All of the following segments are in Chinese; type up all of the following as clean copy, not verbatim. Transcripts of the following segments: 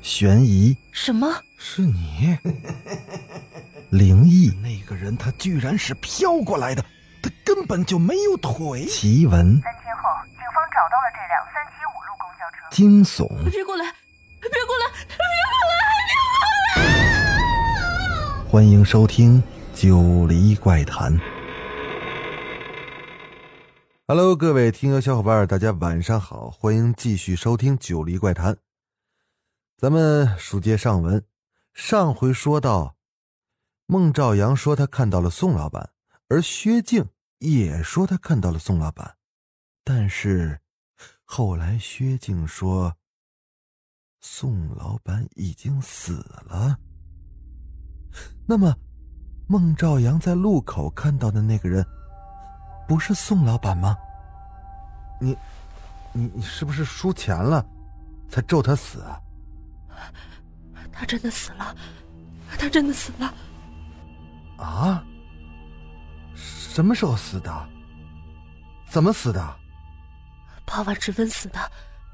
悬疑， 什么？ 是你？ 灵异， 那个人他居然是飘过来的，他根本就没有腿。 奇闻，3 天后，警方找到了这辆375路公交车。 惊悚， 别过来！别过来！别过来！ 欢迎收听九黎怪谈。Hello， 各位听友小伙伴，大家晚上好，欢迎继续收听九黎怪谈。咱们书接上文，上回说到，孟兆阳说他看到了宋老板，而薛静也说他看到了宋老板，但是后来薛静说宋老板已经死了。那么孟兆阳在路口看到的那个人不是宋老板吗？你是不是输钱了才咒他死啊？ 他真的死了，他真的死了。 啊？什么时候死的？怎么死的 8晚时分死的，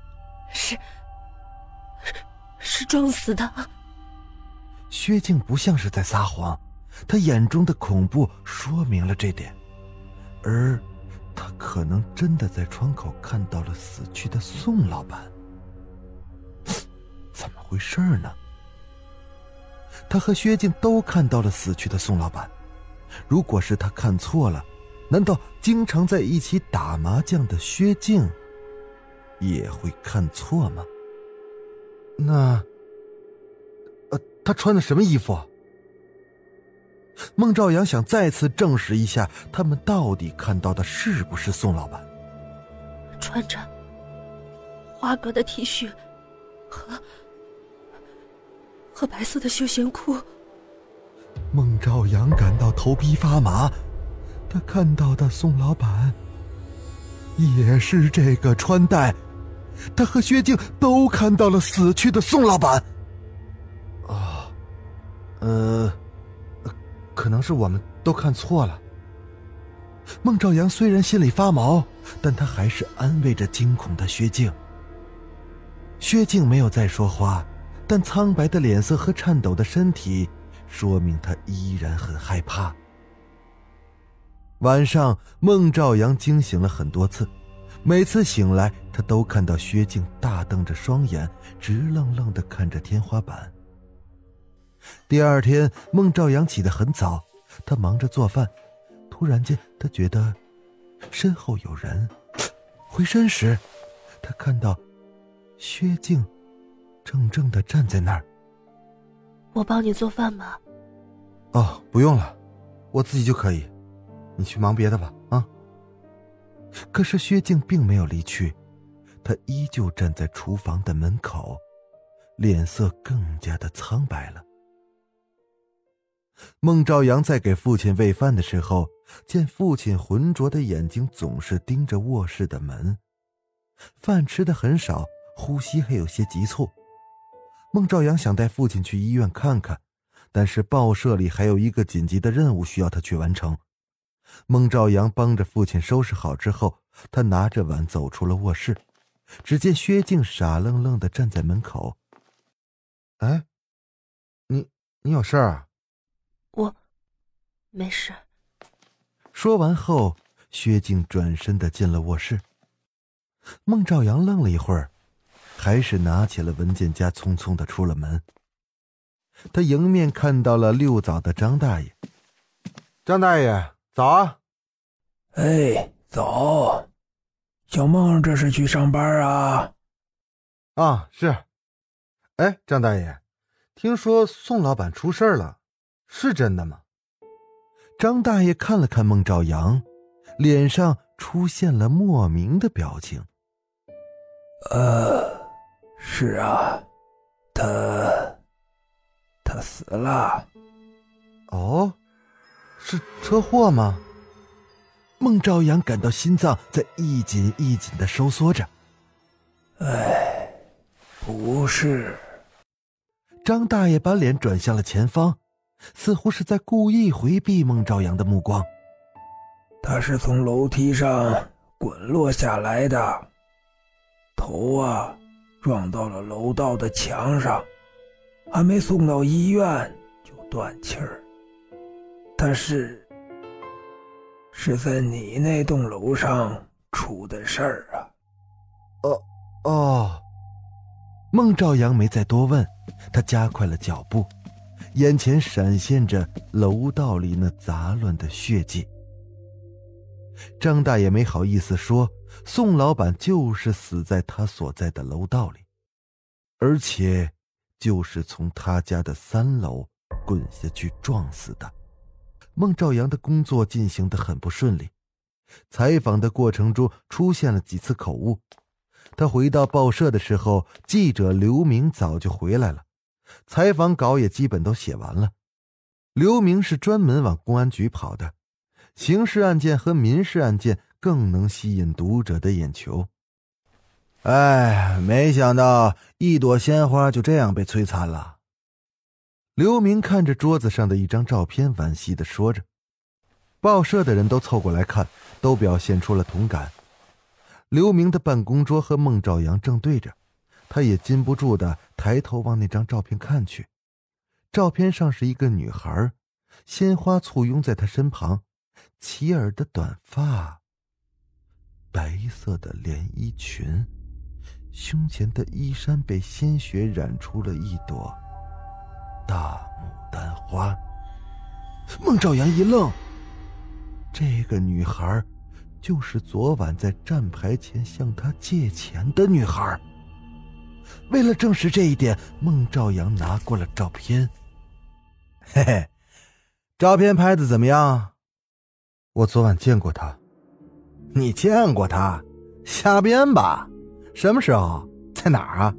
是撞死的。 薛静不像是在撒谎，他眼中的恐怖说明了这点，而他可能真的在窗口看到了死去的宋老板。怎么回事呢？他和薛静都看到了死去的宋老板，如果是他看错了，难道经常在一起打麻将的薛静也会看错吗？那他穿的什么衣服？孟兆阳想再次证实一下他们到底看到的是不是宋老板。 穿着花格的 T 恤和白色的休闲裤。 孟兆阳感到头皮发麻，他看到的宋老板也是这个穿戴，他和薛静都看到了死去的宋老板。可能是我们都看错了。孟兆阳虽然心里发毛，但他还是安慰着惊恐的薛静。薛静没有再说话，但苍白的脸色和颤抖的身体说明他依然很害怕。晚上孟兆阳惊醒了很多次，每次醒来他都看到薛静大瞪着双眼，直愣愣地看着天花板。第二天孟兆阳起得很早，他忙着做饭，突然间他觉得身后有人，回身时他看到薛静怔怔地站在那儿。 我帮你做饭吗？ 哦，不用了，我自己就可以，你去忙别的吧啊。可是薛静并没有离去，他依旧站在厨房的门口，脸色更加的苍白了。孟兆阳在给父亲喂饭的时候，见父亲浑浊的眼睛总是盯着卧室的门，饭吃得很少，呼吸还有些急促。孟兆阳想带父亲去医院看看，但是报社里还有一个紧急的任务需要他去完成。孟兆阳帮着父亲收拾好之后，他拿着碗走出了卧室，只见薛静傻愣愣地站在门口。哎，你有事啊？ 我没事。 说完后，薛静转身地进了卧室。孟兆阳愣了一会儿，还是拿起了文件夹，匆匆地出了门。他迎面看到了遛早的张大爷。张大爷，早啊！ 哎，早。小孟这是去上班啊？ 啊，是。哎，张大爷，听说宋老板出事了，是真的吗？张大爷看了看孟兆阳，脸上出现了莫名的表情。 是啊，他死了。 哦，是车祸吗？孟兆阳感到心脏在一紧一紧地收缩着。 不是。 张大爷把脸转向了前方，似乎是在故意回避孟兆阳的目光。 他是从楼梯上滚落下来的，头撞到了楼道的墙上， 还没送到医院就断气儿。他是在你那栋楼上出的事儿啊。 哦，孟兆阳没再多问，他加快了脚步，眼前闪现着楼道里那杂乱的血迹。张大爷没好意思说，宋老板就是死在他所在的楼道里，而且就是从他家的3楼滚下去撞死的。孟兆阳的工作进行得很不顺利，采访的过程中出现了几次口误。他回到报社的时候，记者刘明早就回来了，采访稿也基本都写完了。刘明是专门往公安局跑的，刑事案件和民事案件更能吸引读者的眼球。哎，没想到一朵鲜花就这样被摧残了。刘明看着桌子上的一张照片，惋惜地说着。报社的人都凑过来看，都表现出了同感。刘明的办公桌和孟兆阳正对着，他也禁不住地抬头往那张照片看去。照片上是一个女孩，鲜花簇拥在她身旁，齐耳的短发，白色的连衣裙，胸前的衣衫被鲜血染出了一朵大牡丹花。孟兆阳一愣，这个女孩就是昨晚在站牌前向他借钱的女孩。为了证实这一点，孟兆阳拿过了照片。嘿嘿，照片拍的怎么样？我昨晚见过她。你见过她？瞎编吧。什么时候？在哪儿啊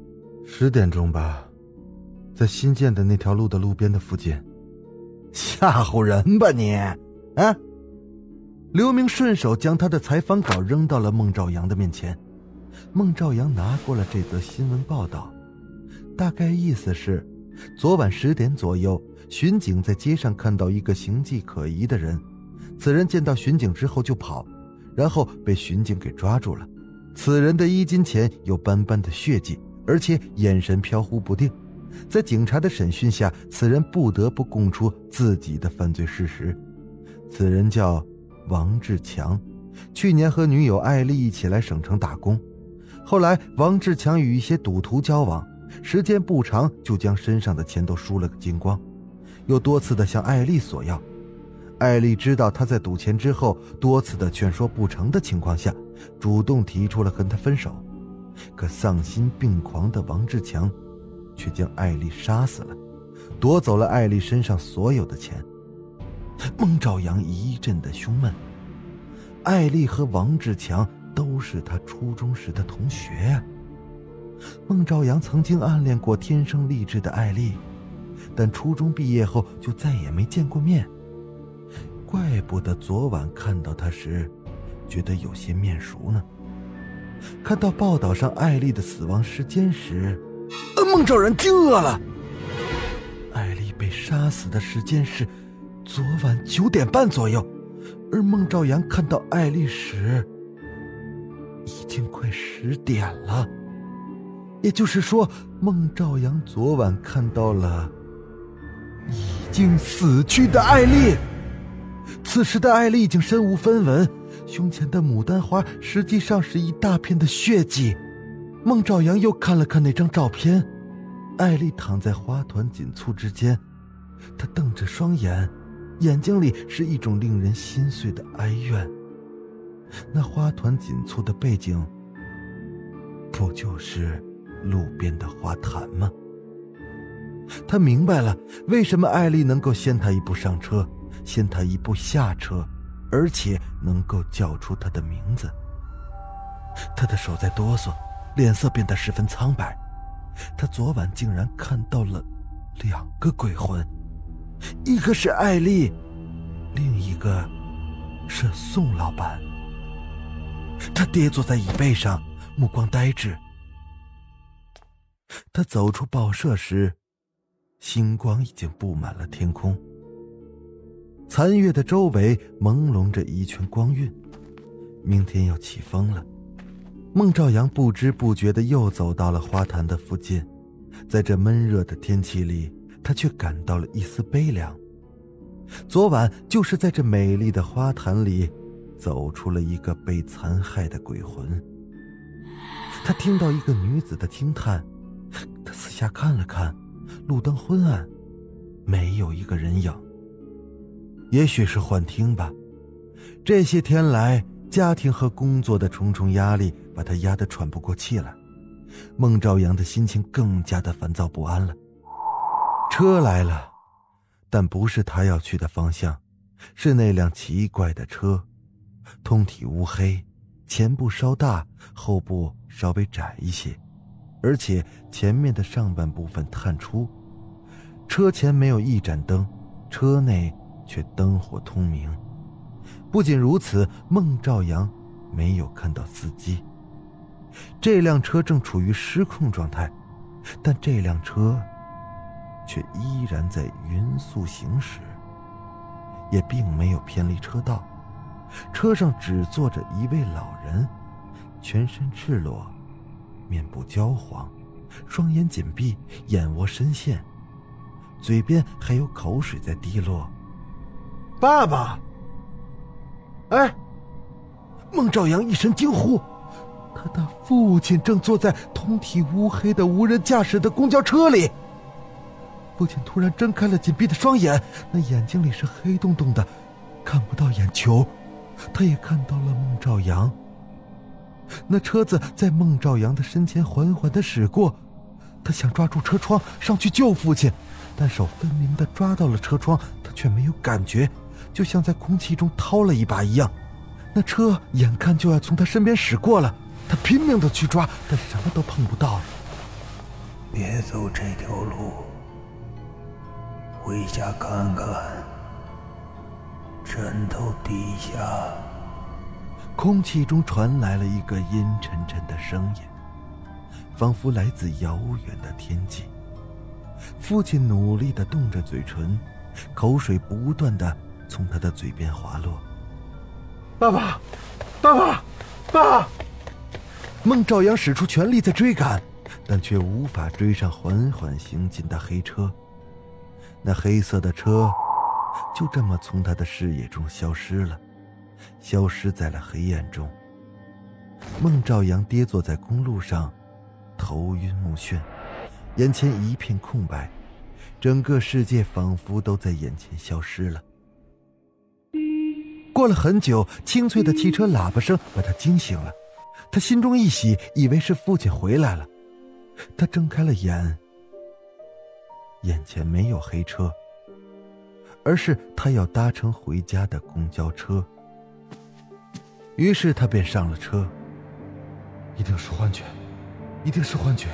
？10点钟吧，在新建的那条路的路边的附近。吓唬人吧你啊！刘明顺手将他的采访稿扔到了孟兆阳的面前。孟兆阳拿过了这则新闻报道，大概意思是，昨晚10点左右，巡警在街上看到一个形迹可疑的人，此人见到巡警之后就跑，然后被巡警给抓住了。此人的衣襟前有斑斑的血迹，而且眼神飘忽不定。在警察的审讯下，此人不得不供出自己的犯罪事实。此人叫王志强，去年和女友艾丽一起来省城打工，后来王志强与一些赌徒交往，时间不长就将身上的钱都输了个精光，又多次的向艾丽索要。艾丽知道他在赌钱之后多次的劝说不成的情况下，主动提出了跟他分手。可丧心病狂的王志强却将艾丽杀死了，夺走了艾丽身上所有的钱。孟兆阳一阵的胸闷，艾丽和王志强都是他初中时的同学啊。孟兆阳曾经暗恋过天生丽质的艾丽，但初中毕业后就再也没见过面。怪不得昨晚看到她时觉得有些面熟呢。看到报道上艾丽的死亡时间时，孟兆阳惊愕了。艾丽被杀死的时间是昨晚9点半左右，而孟兆阳看到艾丽时已经快10点了。也就是说，孟兆阳昨晚看到了已经死去的艾丽。此时的艾丽已经身无分文，胸前的牡丹花实际上是一大片的血迹。孟兆阳又看了看那张照片，艾丽躺在花团锦簇之间，她瞪着双眼，眼睛里是一种令人心碎的哀怨。那花团锦簇的背景，不就是路边的花坛吗？他明白了为什么艾丽能够先他一步上车，先他一步下车，而且能够叫出他的名字。他的手在哆嗦，脸色变得十分苍白。他昨晚竟然看到了2个鬼魂，一个是艾丽，另一个是宋老板。他跌坐在椅背上，目光呆滞。他走出报社时，星光已经布满了天空，残月的周围朦胧着一圈光晕。明天要起风了。孟兆阳不知不觉地又走到了花坛的附近， 在这闷热的天气里，他却感到了一丝悲凉。昨晚就是在这美丽的花坛里走出了一个被残害的鬼魂。他听到一个女子的惊叹，他四下看了看，路灯昏暗，没有一个人影。也许是幻听吧，这些天来家庭和工作的重重压力把他压得喘不过气来，孟兆阳的心情更加的烦躁不安了。车来了，但不是他要去的方向，是那辆奇怪的车，通体乌黑，前部稍大，后部稍微窄一些，而且前面的上半部分探出。车前没有一盏灯，车内却灯火通明。不仅如此，孟兆阳没有看到司机。这辆车正处于失控状态，但这辆车却依然在匀速行驶，也并没有偏离车道。车上只坐着一位老人，全身赤裸，面部焦黄，双眼紧闭，眼窝深陷，嘴边还有口水在滴落。爸爸！哎！孟兆阳一声惊呼，他的父亲正坐在通体乌黑的无人驾驶的公交车里。父亲突然睁开了紧闭的双眼，那眼睛里是黑洞洞的，看不到眼球。他也看到了孟兆阳。那车子在孟兆阳的身前缓缓地驶过，他想抓住车窗上去救父亲，但手分明地抓到了车窗，他却没有感觉，就像在空气中掏了一把一样。那车眼看就要从他身边驶过了，他拼命地去抓，但什么都碰不到。 别走这条路，回家看看，枕头底下。 空气中传来了一个阴沉沉的声音，仿佛来自遥远的天际。父亲努力地动着嘴唇，口水不断地从他的嘴边滑落。爸爸，爸爸，爸！孟兆阳使出全力在追赶，但却无法追上缓缓行进的黑车。那黑色的车就这么从他的视野中消失了，消失在了黑暗中。孟兆阳跌坐在公路上，头晕目眩，眼前一片空白，整个世界仿佛都在眼前消失了。过了很久，清脆的汽车喇叭声把他惊醒了，他心中一喜，以为是父亲回来了。他睁开了眼，眼前没有黑车，而是他要搭乘回家的公交车。于是他便上了车。一定是幻觉，一定是幻觉。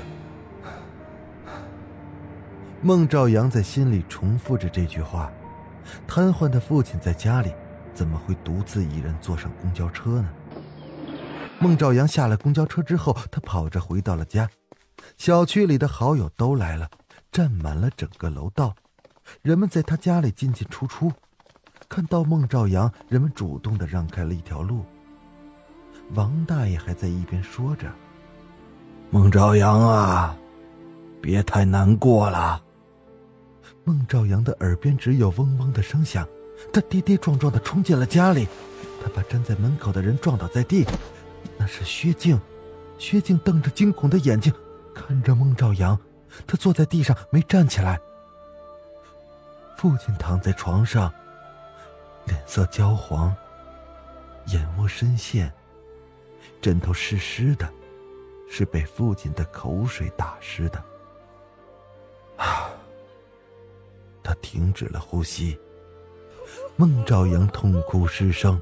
孟兆阳在心里重复着这句话。瘫痪的父亲在家里，怎么会独自一人坐上公交车呢？孟兆阳下了公交车之后，他跑着回到了家。小区里的好友都来了，占满了整个楼道，人们在他家里进进出出。看到孟兆阳，人们主动地让开了一条路。王大爷还在一边说着：“孟兆阳啊，别太难过了。”孟兆阳的耳边只有嗡嗡的声响，他跌跌撞撞地冲进了家里，他把站在门口的人撞倒在地。那是薛静，薛静瞪着惊恐的眼睛看着孟兆阳，他坐在地上没站起来。父亲躺在床上，脸色焦黄，眼窝深陷，枕头湿湿的，是被父亲的口水打湿的。他停止了呼吸。孟兆阳痛哭失声。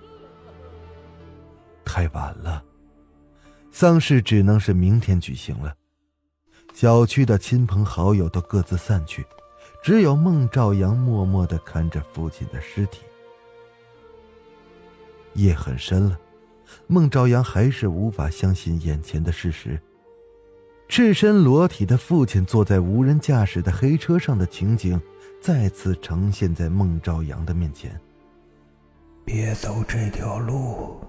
太晚了，丧事只能是明天举行了。小区的亲朋好友都各自散去，只有孟兆阳默默地看着父亲的尸体。夜很深了，孟兆阳还是无法相信眼前的事实。赤身裸体的父亲坐在无人驾驶的黑车上的情景再次呈现在孟兆阳的面前。 别走这条路，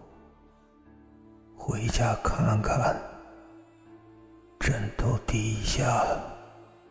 回家看看，枕头底下。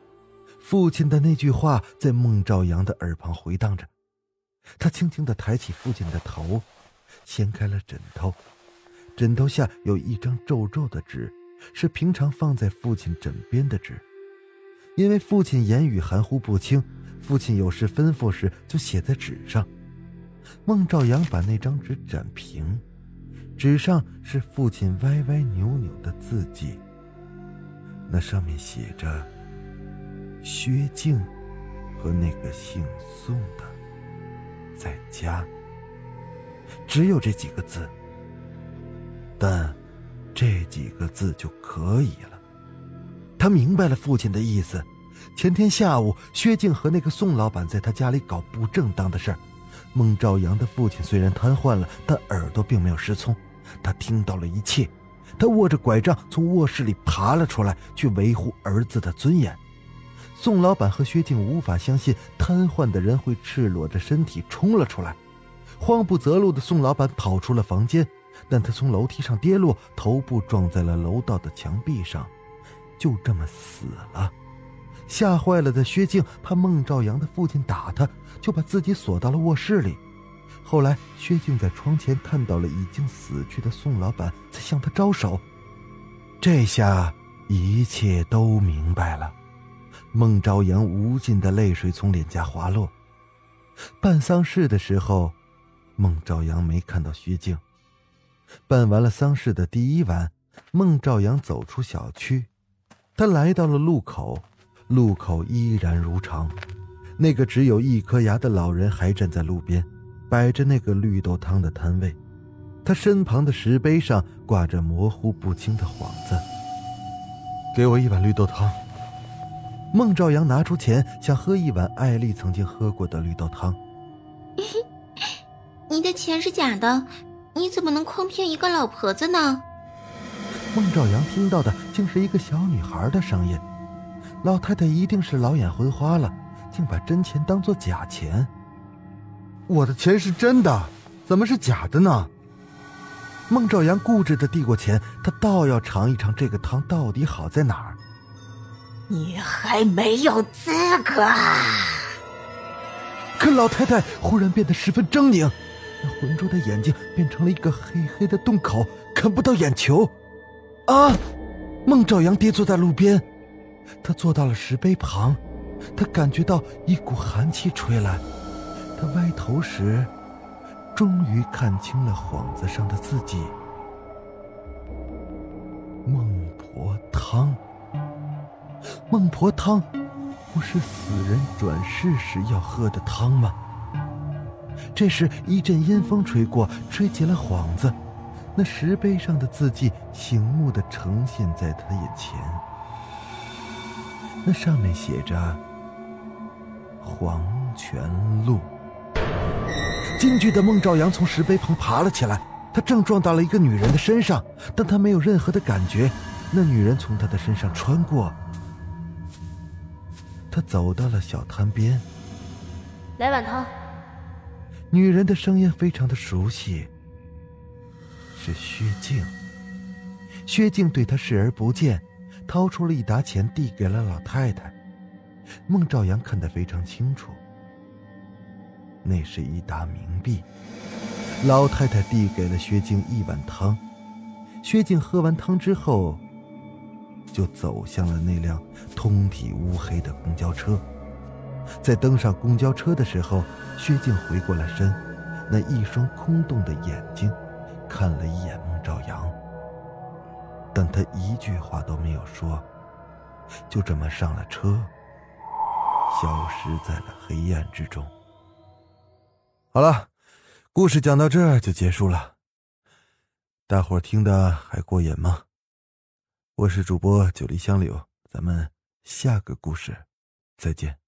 父亲的那句话在孟兆阳的耳旁回荡着。他轻轻地抬起父亲的头，掀开了枕头，枕头下有一张皱皱的纸，是平常放在父亲枕边的纸。因为父亲言语含糊不清，父亲有事吩咐时就写在纸上。孟兆阳把那张纸展平，纸上是父亲歪歪扭扭的字迹，那上面写着薛静和那个姓宋的在家，只有这几个字，但这几个字就可以了。他明白了父亲的意思，前天下午薛静和那个宋老板在他家里搞不正当的事儿。孟兆阳的父亲虽然瘫痪了，但耳朵并没有失聪，他听到了一切。他握着拐杖从卧室里爬了出来，去维护儿子的尊严。宋老板和薛静无法相信瘫痪的人会赤裸着身体冲了出来。慌不择路的宋老板跑出了房间，但他从楼梯上跌落，头部撞在了楼道的墙壁上，就这么死了。吓坏了的薛静怕孟兆阳的父亲打他，就把自己锁到了卧室里。后来薛静在窗前看到了已经死去的宋老板在向他招手，这下一切都明白了。孟兆阳无尽的泪水从脸颊滑落。办丧事的时候，孟兆阳没看到薛静。办完了丧事的第一晚，孟兆阳走出小区，他来到了路口，路口依然如常，那个只有一颗牙的老人还站在路边，摆着那个绿豆汤的摊位。他身旁的石碑上挂着模糊不清的幌子。给我一碗绿豆汤。孟兆阳拿出钱，想喝一碗艾丽曾经喝过的绿豆汤。 你的钱是假的，你怎么能诓骗一个老婆子呢？ 孟兆阳听到的竟是一个小女孩的声音。老太太一定是老眼昏花了，竟把真钱当作假钱。我的钱是真的，怎么是假的呢？孟兆阳固执地递过钱，他倒要尝一尝这个汤到底好在哪儿。 你还没有资格。 可老太太忽然变得十分狰狞，那浑浊的眼睛变成了一个黑黑的洞口，看不到眼球。啊！孟兆阳跌坐在路边，他坐到了石碑旁，他感觉到一股寒气吹来。他歪头时，终于看清了幌子上的字迹：孟婆汤。孟婆汤不是死人转世时要喝的汤吗？这时一阵阴风吹过，吹起了幌子，那石碑上的字迹醒目地呈现在他眼前。那上面写着黄泉路。惊惧的孟兆阳从石碑旁爬了起来，他正撞到了一个女人的身上，但他没有任何的感觉。那女人从他的身上穿过，他走到了小摊边。 来碗汤。 女人的声音非常的熟悉，是薛静。薛静对他视而不见，掏出了一沓钱递给了老太太。孟兆阳看得非常清楚，那是一沓冥币。老太太递给了薛静一碗汤。薛静喝完汤之后，就走向了那辆通体乌黑的公交车。在登上公交车的时候，薛静回过了身，那一双空洞的眼睛看了一眼孟兆阳，但他一句话都没有说，就这么上了车，消失在了黑暗之中。好了，故事讲到这儿就结束了。大伙儿听得还过瘾吗？我是主播九黎香柳，咱们下个故事再见。